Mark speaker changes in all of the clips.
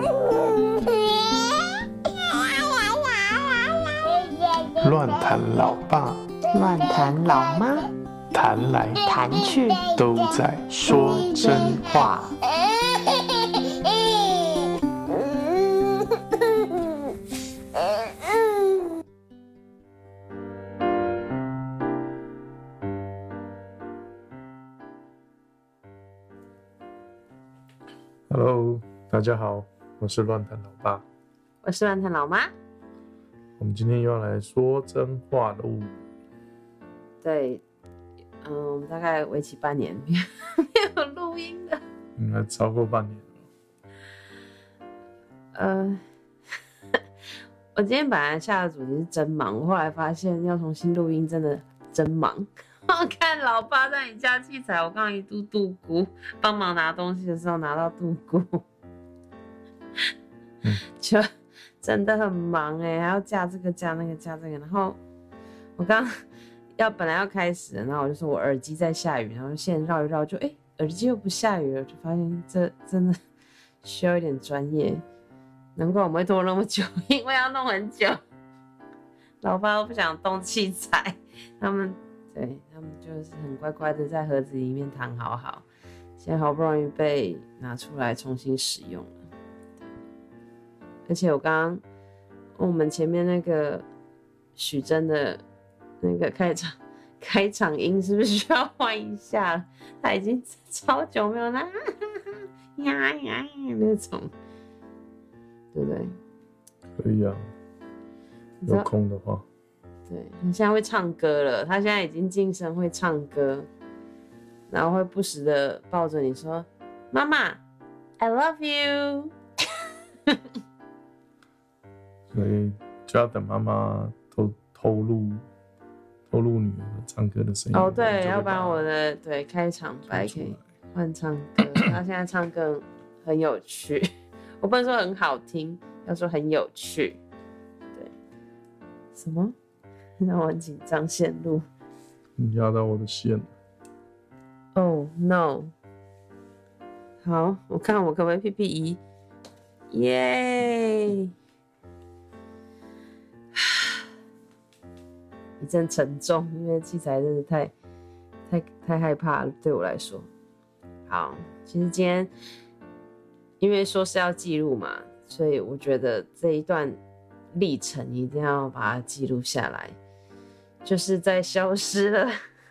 Speaker 1: 乱谈老爸，
Speaker 2: 乱谈老妈，
Speaker 1: 谈来
Speaker 2: 谈去
Speaker 1: 都在说真话。Hello， 大家好，我是乱谈老爸，
Speaker 2: 我是乱谈老妈。
Speaker 1: 我们今天又要来说真话喽。
Speaker 2: 对，我们大概为期半年没有录音的。
Speaker 1: 应该超过半年了。
Speaker 2: 我今天本来下的主题是真忙，我后来发现要重新录音真的真忙。我看老爸在你家器材，我刚刚一度度估，帮忙拿东西的时候拿到度估，就真的很忙还要架这个架那个架这个，然后我刚本来要开始了，然后我就说我耳机在下雨，然后线绕一绕就耳机又不下雨了，就发现这真的需要一点专业，难怪我们会拖那么久，因为要弄很久，老爸都不想动器材，他们就是很乖乖的在盒子里面躺好好，现在好不容易被拿出来重新使用了。而且我刚刚我们前面那个许真的那个开场音是不是需要换一下了？他已经超久没有那种，对不对？
Speaker 1: 可以啊，有空的话。
Speaker 2: 对，他现在会唱歌了，他现在已经晋升会唱歌，然后会不时的抱着你说：“妈妈 ，I love you。”
Speaker 1: 所以就要等妈妈透露女儿唱歌的声音。
Speaker 2: 哦，对，要不然我的开场白可以换唱歌。他现在唱歌很有趣，我不能说很好听，要说很有趣。对，什么？让我很紧张，陷入。
Speaker 1: 你压到我的线了。
Speaker 2: Oh no！ 好，我看我可不可以 PPE？ 耶！一阵沉重，因为器材真的太害怕了，对我来说。好，其实今天因为说是要记录嘛，所以我觉得这一段历程一定要把它记录下来。就是在消失了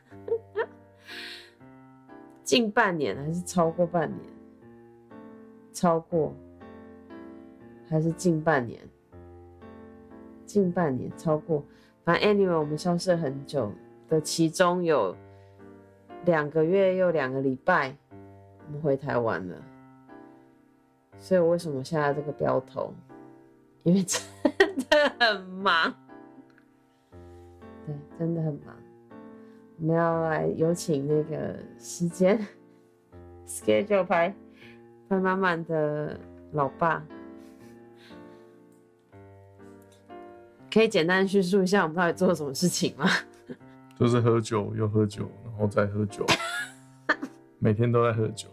Speaker 2: 近半年，还是超过半年？超过还是近半年？近半年，超过。反正 anyway， 我们消失了很久的，其中有2个月又2个礼拜，我们回台湾了。所以我为什么下这个标头？因为真的很忙。对，真的很忙。我们要来有请那个时间 schedule 排满满的老爸，可以简单叙述一下我们到底做了什么事情吗？
Speaker 1: 就是喝酒又喝酒，然后再喝酒，每天都在喝酒。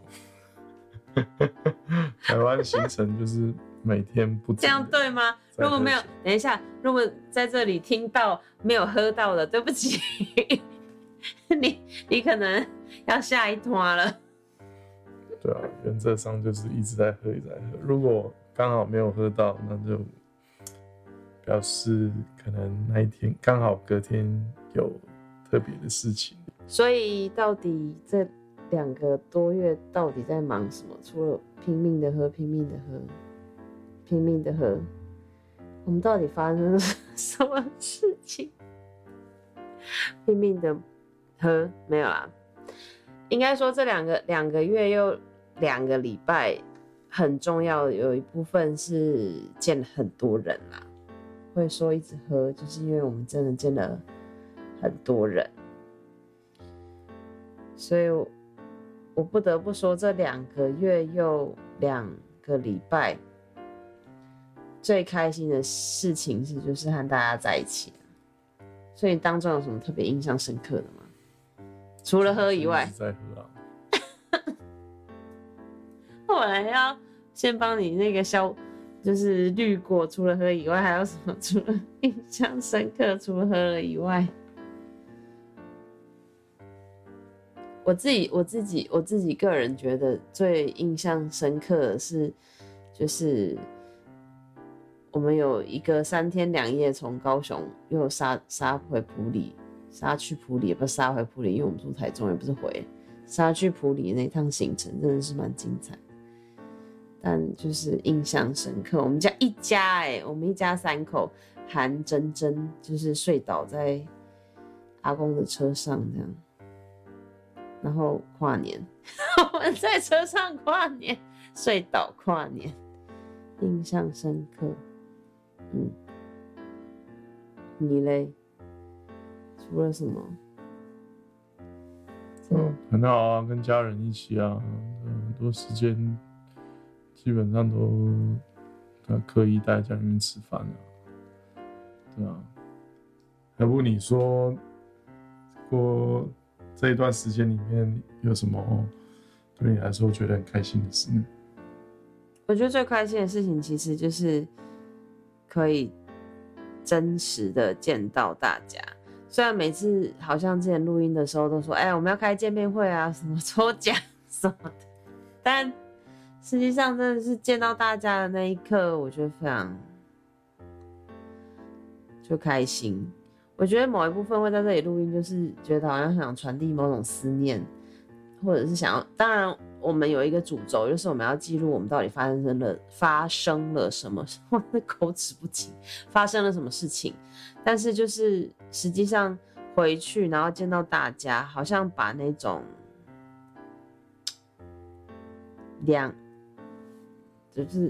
Speaker 1: 台湾行程就是每天不止。
Speaker 2: 这样对吗？如果没有，等一下，如果在这里听到没有喝到的，对不起，你可能要下一团了。
Speaker 1: 对啊，原则上就是一直在喝，一直在喝。如果刚好没有喝到，那就表示可能那一天刚好隔天有特别的事情。所
Speaker 2: 以到底这2个多月到底在忙什么？除了拼命的喝，拼命的喝，拼命的喝，我们到底发生了什么事情？拼命的喝没有啦，应该说这两个月又2个礼拜，很重要的有一部分是见了很多人啦。会说一直喝，就是因为我们真的见了很多人，所以我不得不说，这2个月又2个礼拜，最开心的事情就是和大家在一起。所以当中有什么特别印象深刻的吗？除了喝以外，
Speaker 1: 一直在喝啊。
Speaker 2: 我来要先帮你那个就是绿过，除了喝以外，还有什么？除了印象深刻，除了喝了以外，我自己个人觉得最印象深刻的是，就是我们有一个3天2夜从高雄又杀回埔里，杀去埔里，也不是杀回埔里，因为我们住台中，也不是回，杀去埔里那趟行程真的是蛮精彩。但就是印象深刻，我们家一家我们一家3口，含珍珍就是睡倒在阿公的车上这样，然后跨年，我们在车上跨年，睡倒跨年，印象深刻。你嘞？除了什么？
Speaker 1: 很好啊，跟家人一起啊，很多时间基本上都刻意带家人们吃饭啊，对啊。还不你说过这一段时间里面有什么对你来说觉得很开心的事呢？
Speaker 2: 我觉得最开心的事情其实就是可以真实的见到大家。虽然每次好像之前录音的时候都说，我们要开见面会啊，什么抽奖什么的，但实际上真的是见到大家的那一刻，我觉得非常就开心。我觉得某一部分会在这里录音，就是觉得好像想传递某种思念，或者是想要，当然我们有一个主轴，就是我们要记录我们到底发生了什么，我的口齿不清，发生了什么事情。但是就是实际上回去，然后见到大家，好像把那种就是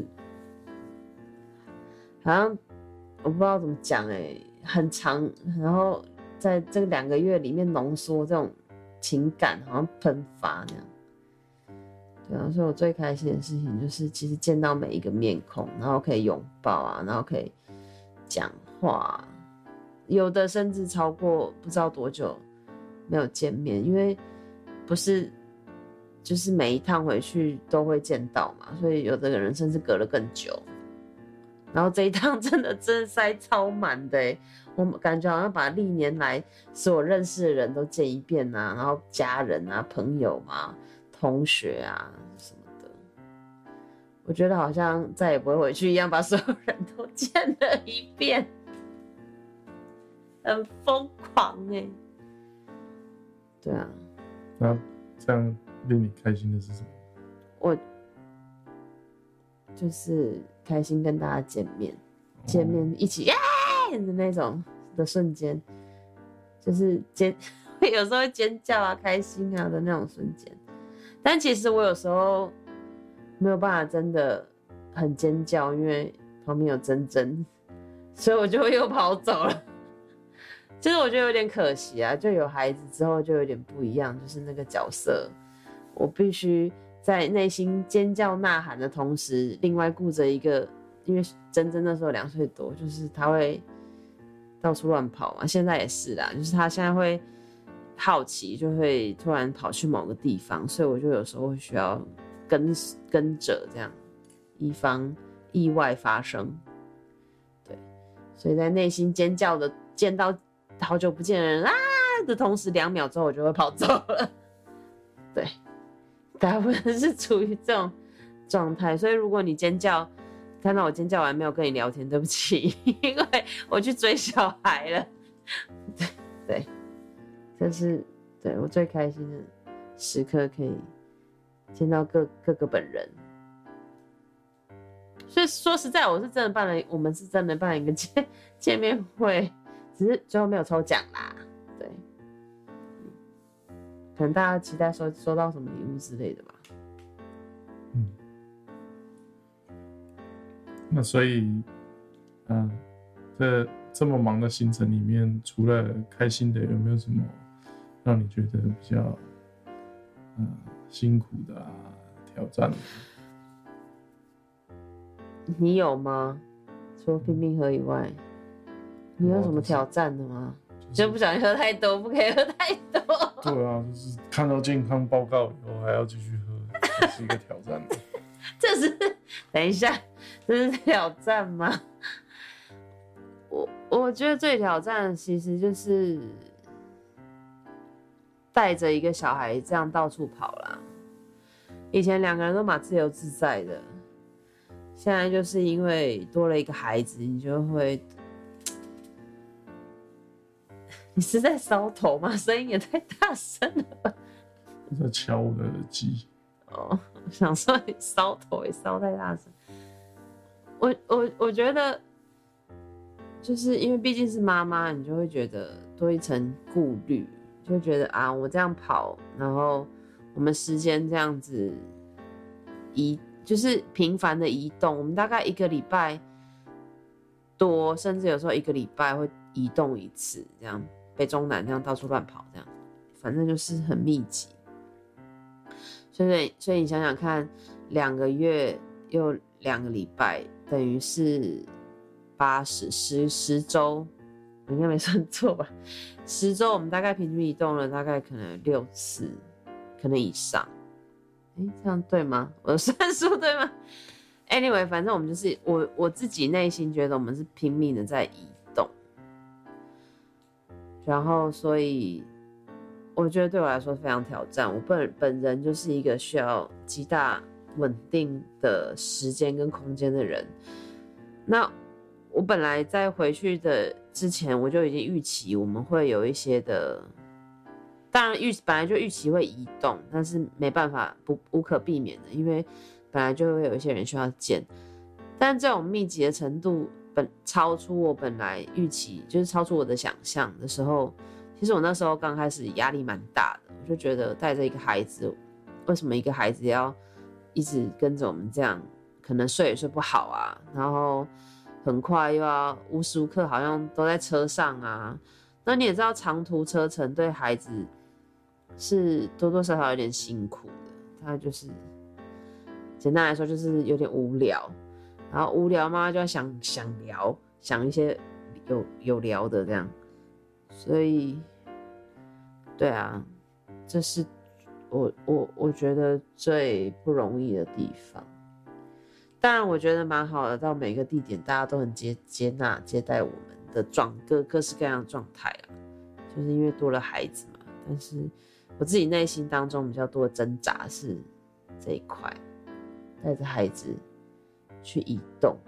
Speaker 2: 好像我不知道怎么讲很长，然后在这个2个月里面浓缩这种情感，好像喷发那样。对啊，所以我最开心的事情就是，其实见到每一个面孔，然后可以拥抱啊，然后可以讲话啊，有的甚至超过不知道多久没有见面，因为不是就是每一趟回去都会见到嘛，所以有的人甚至隔了更久。然后这一趟真的塞超满的我感觉好像把历年来所有认识的人都见一遍啊，然后家人啊、朋友啊、同学啊什么的，我觉得好像再也不会回去一样，把所有人都见了一遍，很疯狂对啊。
Speaker 1: 那这样令你开心的是什么？
Speaker 2: 我就是开心跟大家见面一起耶的那种的瞬间，就是有时候会尖叫啊、开心啊的那种瞬间。但其实我有时候没有办法真的很尖叫，因为旁边有珍珍，所以我就又跑走了。其实我觉得有点可惜啊，就有孩子之后就有点不一样，就是那个角色，我必须在内心尖叫呐喊的同时，另外顾着一个，因为珍珍那时候2岁多，就是他会到处乱跑嘛，现在也是啦，就是他现在会好奇，就会突然跑去某个地方，所以我就有时候会需要跟着这样，以防意外发生。对，所以在内心尖叫的见到好久不见的人啊的同时，2秒之后我就会跑走了。对，大部分是处于这种状态，所以如果你尖叫，看到我尖叫完没有跟你聊天，对不起，因为我去追小孩了。对，这是对我最开心的时刻，可以见到各个本人。所以说实在，我们是真的办了一个见面会，只是最后没有抽奖啦。对，可能大家期待收到什么礼物之类的吧。
Speaker 1: 那所以，这么忙的行程里面，除了开心的，有没有什么让你觉得比较辛苦的啊、挑战的？
Speaker 2: 你有吗？除了拼命喝以外，你有什么挑战的吗？就不小心喝太多，不可以喝太多。
Speaker 1: 对啊，就是看到健康报告以后还要继续喝，这是一个挑战的。
Speaker 2: 等一下，这是挑战吗？我觉得最挑战的其实就是带着一个小孩这样到处跑啦。以前2个人都蛮自由自在的，现在就是因为多了一个孩子，你就会，你是在搔头吗？声音也太大声了吧！
Speaker 1: 我在敲我的耳机。
Speaker 2: 哦，我想说你搔头也搔太大声。我觉得，就是因为毕竟是妈妈，你就会觉得多一层顾虑，就会觉得啊，我这样跑，然后我们时间这样子就是频繁的移动，我们大概1个礼拜多，甚至有时候1个礼拜会移动1次，这样北中南这样到处乱跑，这样反正就是很密集。所以你想想看，2个月又2个礼拜，等于是10周，我应该没算错吧？10周我们大概平均移动了大概可能6次，可能以上。这样对吗？我的算数对吗 ？Anyway， 反正我们就是我自己内心觉得我们是拼命的在移动，然后所以我觉得对我来说非常挑战。我本人就是一个需要极大稳定的时间跟空间的人。那我本来在回去的之前，我就已经预期我们会有一些的。当然本来就预期会移动，但是没办法无可避免的，因为本来就会有一些人需要见，但这种密集的程度超出我本来预期，就是超出我的想象的时候，其实我那时候刚开始压力蛮大的，我就觉得带着一个孩子，为什么一个孩子要一直跟着我们这样，可能睡也睡不好啊，然后很快又要无时无刻好像都在车上啊，那你也知道长途车程对孩子是多多少少有点辛苦的，他就是简单来说就是有点无聊，然后无聊嘛就要想聊，想一些有聊的这样，所以对啊，这是我觉得最不容易的地方。当然我觉得蛮好的，到每个地点大家都很接纳接待我们的各式各样的状态啊，就是因为多了孩子嘛，但是我自己内心当中比较多的挣扎是这一块，带着孩子去移动。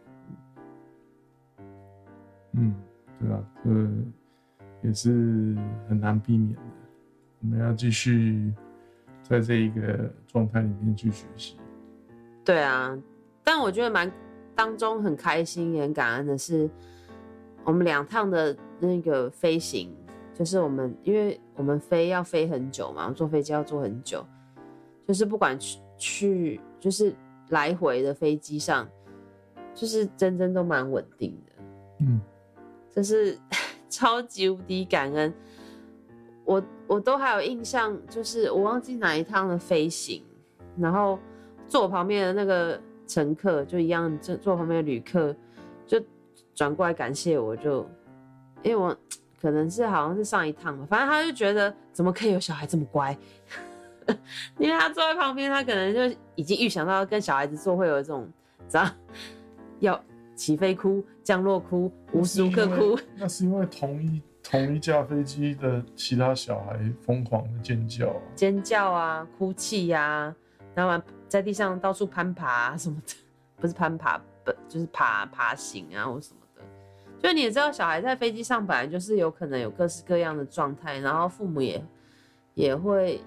Speaker 1: 对啊，也是很难避免的。我们要继续在这一个状态里面去学习。
Speaker 2: 对啊，但我觉得当中很开心也很感恩的是，我们2趟的那个飞行。就是因为我们要飞很久嘛，坐飞机要坐很久，就是不管去就是来回的飞机上，就是真都蛮稳定的，就是超级无敌感恩。我都还有印象，就是我忘记哪一趟的飞行，然后坐我旁边的那个乘客就一样，坐我旁边的旅客就转过来感谢我，因为我。可能是好像是上一趟吧，反正他就觉得怎么可以有小孩这么乖，因为他坐在旁边，他可能就已经预想到跟小孩子坐会有这种，知道要起飞哭、降落哭、无时无刻哭。
Speaker 1: 那是因为同一架飞机的其他小孩疯狂的尖叫啊、
Speaker 2: 哭泣啊，然后在地上到处攀爬啊什么的，不是攀爬，就是爬行啊或什么。就你也知道，小孩在飞机上本来就是有可能有各式各样的状态，然后父母也会，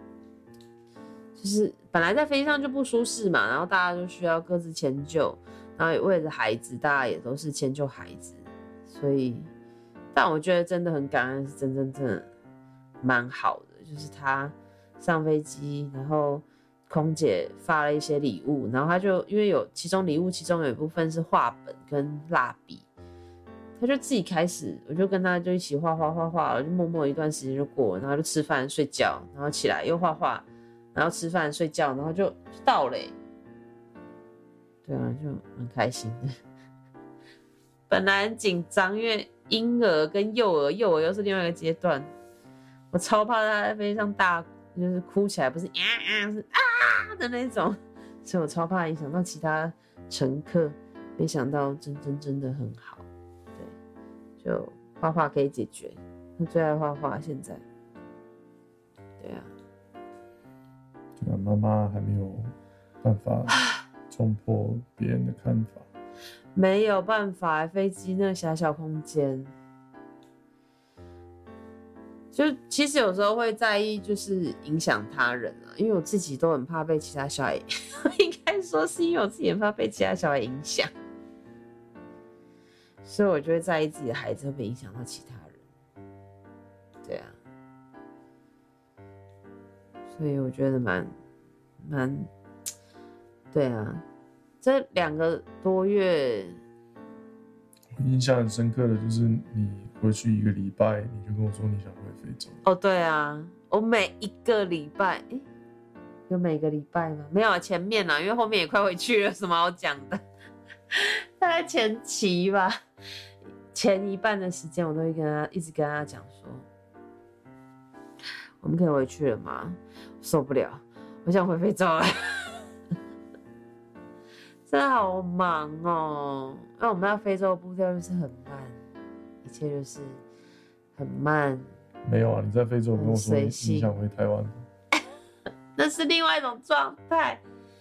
Speaker 2: 就是本来在飞机上就不舒适嘛，然后大家就需要各自迁就，然后也为了孩子，大家也都是迁就孩子，所以，但我觉得真的很感恩，是真的蛮好的，就是他上飞机，然后空姐发了一些礼物，然后他就因为有其中礼物，其中有一部分是画本跟蜡笔。他就自己开始，我就跟他就一起画，就默默一段时间就过了，然后就吃饭睡觉，然后起来又画，然后吃饭睡觉，然后就到了。对啊，就蛮开心的。本来很紧张，因为婴儿跟幼儿又是另外一个阶段，我超怕他在飞机上就是哭起来，不是是啊的那种， 所以我超怕影响到其他乘客，没想到真的很好，对，就画画可以解决，他最爱画画现在，对啊，
Speaker 1: 对啊，妈妈还没有办法冲破别人的看法，
Speaker 2: 没有办法，飞机那个狭小空间。就其实有时候会在意，就是影响他人啊，因为我自己都很怕被其他小孩，应该说是因为我自己很怕被其他小孩影响，所以我就会在意自己的孩子会不会影响到其他人。对啊，所以我觉得蛮，对啊，这2个多月，
Speaker 1: 我印象很深刻的就是你回去1个礼拜，你就跟我说你想回非洲。
Speaker 2: 哦，对啊，我每一个礼拜，有每个礼拜吗？没有啊，前面啊，因为后面也快回去了，什么好讲的？大概前期吧，前一半的时间，我都会一直跟他讲说，我们可以回去了吗？受不了，我想回非洲了。真的好忙哦，因为我们到非洲的步调就是很慢，一切就是很慢。
Speaker 1: 没有啊，你在非洲跟我说你想回台湾，
Speaker 2: 那是另外一种状态。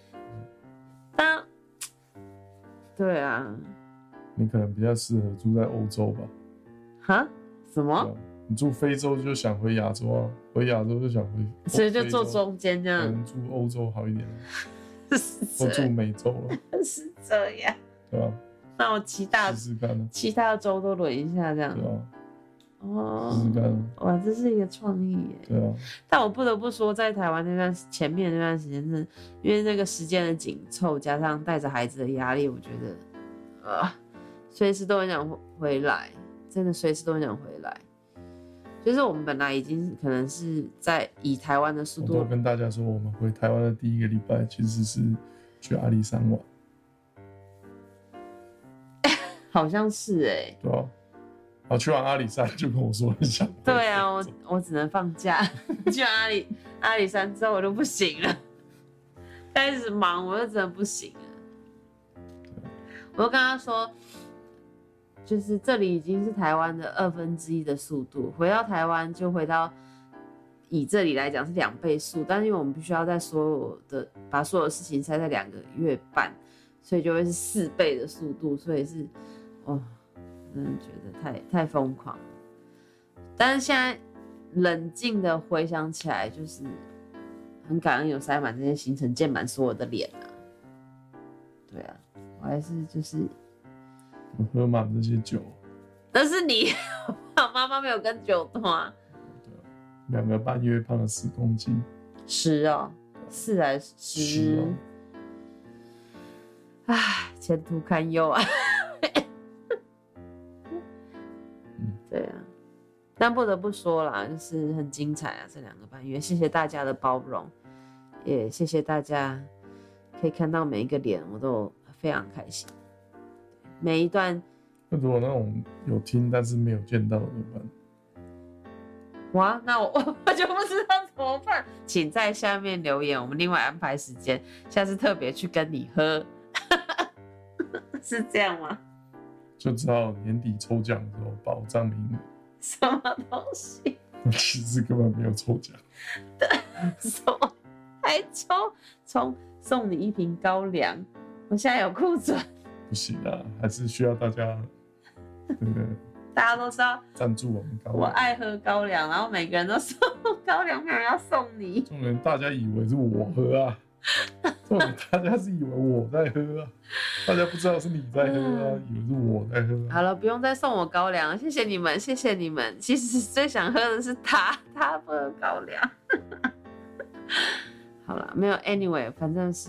Speaker 2: 对啊，
Speaker 1: 你可能比较适合住在欧洲吧？
Speaker 2: 哈？什么？
Speaker 1: 你住非洲就想回亚洲啊，回亚洲就想回，
Speaker 2: 所以就坐中间这样。
Speaker 1: 可能住欧洲好一点，或住美洲了。
Speaker 2: 是这样。
Speaker 1: 对啊。
Speaker 2: 那我试试看啊，其他的州都轮一下这样。
Speaker 1: 对啊。
Speaker 2: 哦，
Speaker 1: 试试看。
Speaker 2: 哇，这是一个创意耶。
Speaker 1: 对啊。
Speaker 2: 但我不得不说，在台湾前面那段时间，是因为那个时间的紧凑，加上带着孩子的压力，我觉得，随时都很想回来，真的随时都很想回来。就是我们本来已经可能是在以台湾的速度，
Speaker 1: 我都跟大家说，我们回台湾的第1个礼拜其实是去阿里山玩。
Speaker 2: 好像是
Speaker 1: 对啊。好，去完阿里山就跟我说很想。
Speaker 2: 对啊，我只能放假。去完阿里山之后我就不行了，开始忙我就真的不行了。我就跟他说，就是这里已经是台湾的1/2的速度，回到台湾就回到以这里来讲是2倍速，但是因为我们必须要把所有的事情塞在2个月半，所以就会是4倍的速度，所以是真的觉得太疯狂了。但是现在冷静的回想起来，就是很感恩有塞满这些行程，见满所有的脸啊。对啊，我还是就是
Speaker 1: 我喝满这些酒。
Speaker 2: 但是你，我妈妈没有跟酒托啊。
Speaker 1: 对啊，2个半月胖了10公斤。
Speaker 2: 10哦，4还是10？
Speaker 1: 哦。
Speaker 2: 唉，前途堪忧啊。对啊，但不得不说啦，就是很精彩啊，这2个半月，谢谢大家的包容，也谢谢大家可以看到每一个脸，我都非常开心。每一段，
Speaker 1: 那如果那种有听但是没有见到的怎么办？
Speaker 2: 哇，那我就不知道怎么办，请在下面留言，我们另外安排时间，下次特别去跟你喝，是这样吗？
Speaker 1: 就知道年底抽奖的时候保障名额。
Speaker 2: 什么东西？
Speaker 1: 其实根本没有抽奖。
Speaker 2: 什么？还送你1瓶高粱？我现在有库存。
Speaker 1: 不行啊，还是需要大家，对不对？
Speaker 2: 大家都知道
Speaker 1: 赞助我们高粱。
Speaker 2: 我爱喝高粱，然后每个人都送高粱，没有人要送你。
Speaker 1: 重点大家以为是我喝啊。重点大家是以为我在喝啊，大家不知道是你在喝啊，以为是我在喝啊。
Speaker 2: 好了，不用再送我高粱了，谢谢你们，谢谢你们。其实最想喝的是他不喝高粱。好了，没有 ，anyway， 反正是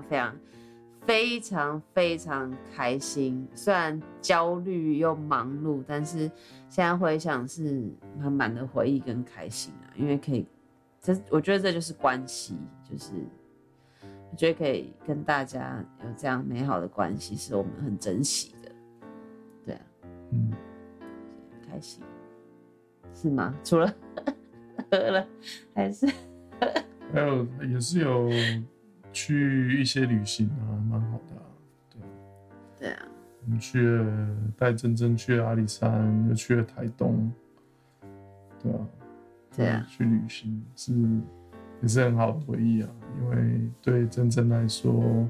Speaker 2: 非常开心，虽然焦虑又忙碌，但是现在回想是满满的回忆跟开心啊，因为我觉得这就是关系，就是我觉得可以跟大家有这样美好的关系，是我们很珍惜的，对啊，开心是吗？除了喝了，还是
Speaker 1: 还有也是有去一些旅行啊，蛮好的啊。
Speaker 2: 对啊，
Speaker 1: 我们带珍珍去了阿里山，又去了台东，对啊，
Speaker 2: 对啊，
Speaker 1: 去旅行也是很好的回忆啊。因为对珍珍来说，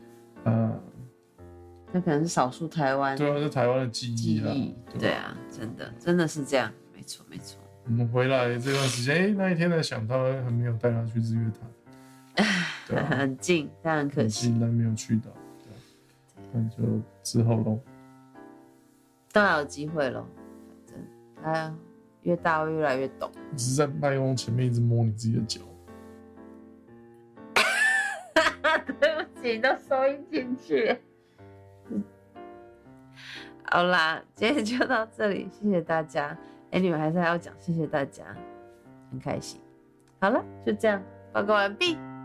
Speaker 2: 那可能是少数台湾
Speaker 1: 对啊，是台湾的记忆啊。
Speaker 2: 对啊，真的是这样，没错。
Speaker 1: 我们回来这段时间，那一天才想到还没有带他去日月潭，对啊，
Speaker 2: 很近，但很可惜，
Speaker 1: 但没有去到，那就之后咯。
Speaker 2: 当然有机会咯，反正他越大会越来越懂。
Speaker 1: 你是在麦克风前面一直摸你自己的脚。
Speaker 2: 对不起，都收音进去。好啦，今天就到这里，谢谢大家。你们还是要讲谢谢大家，很开心。好了，就这样，报告完毕。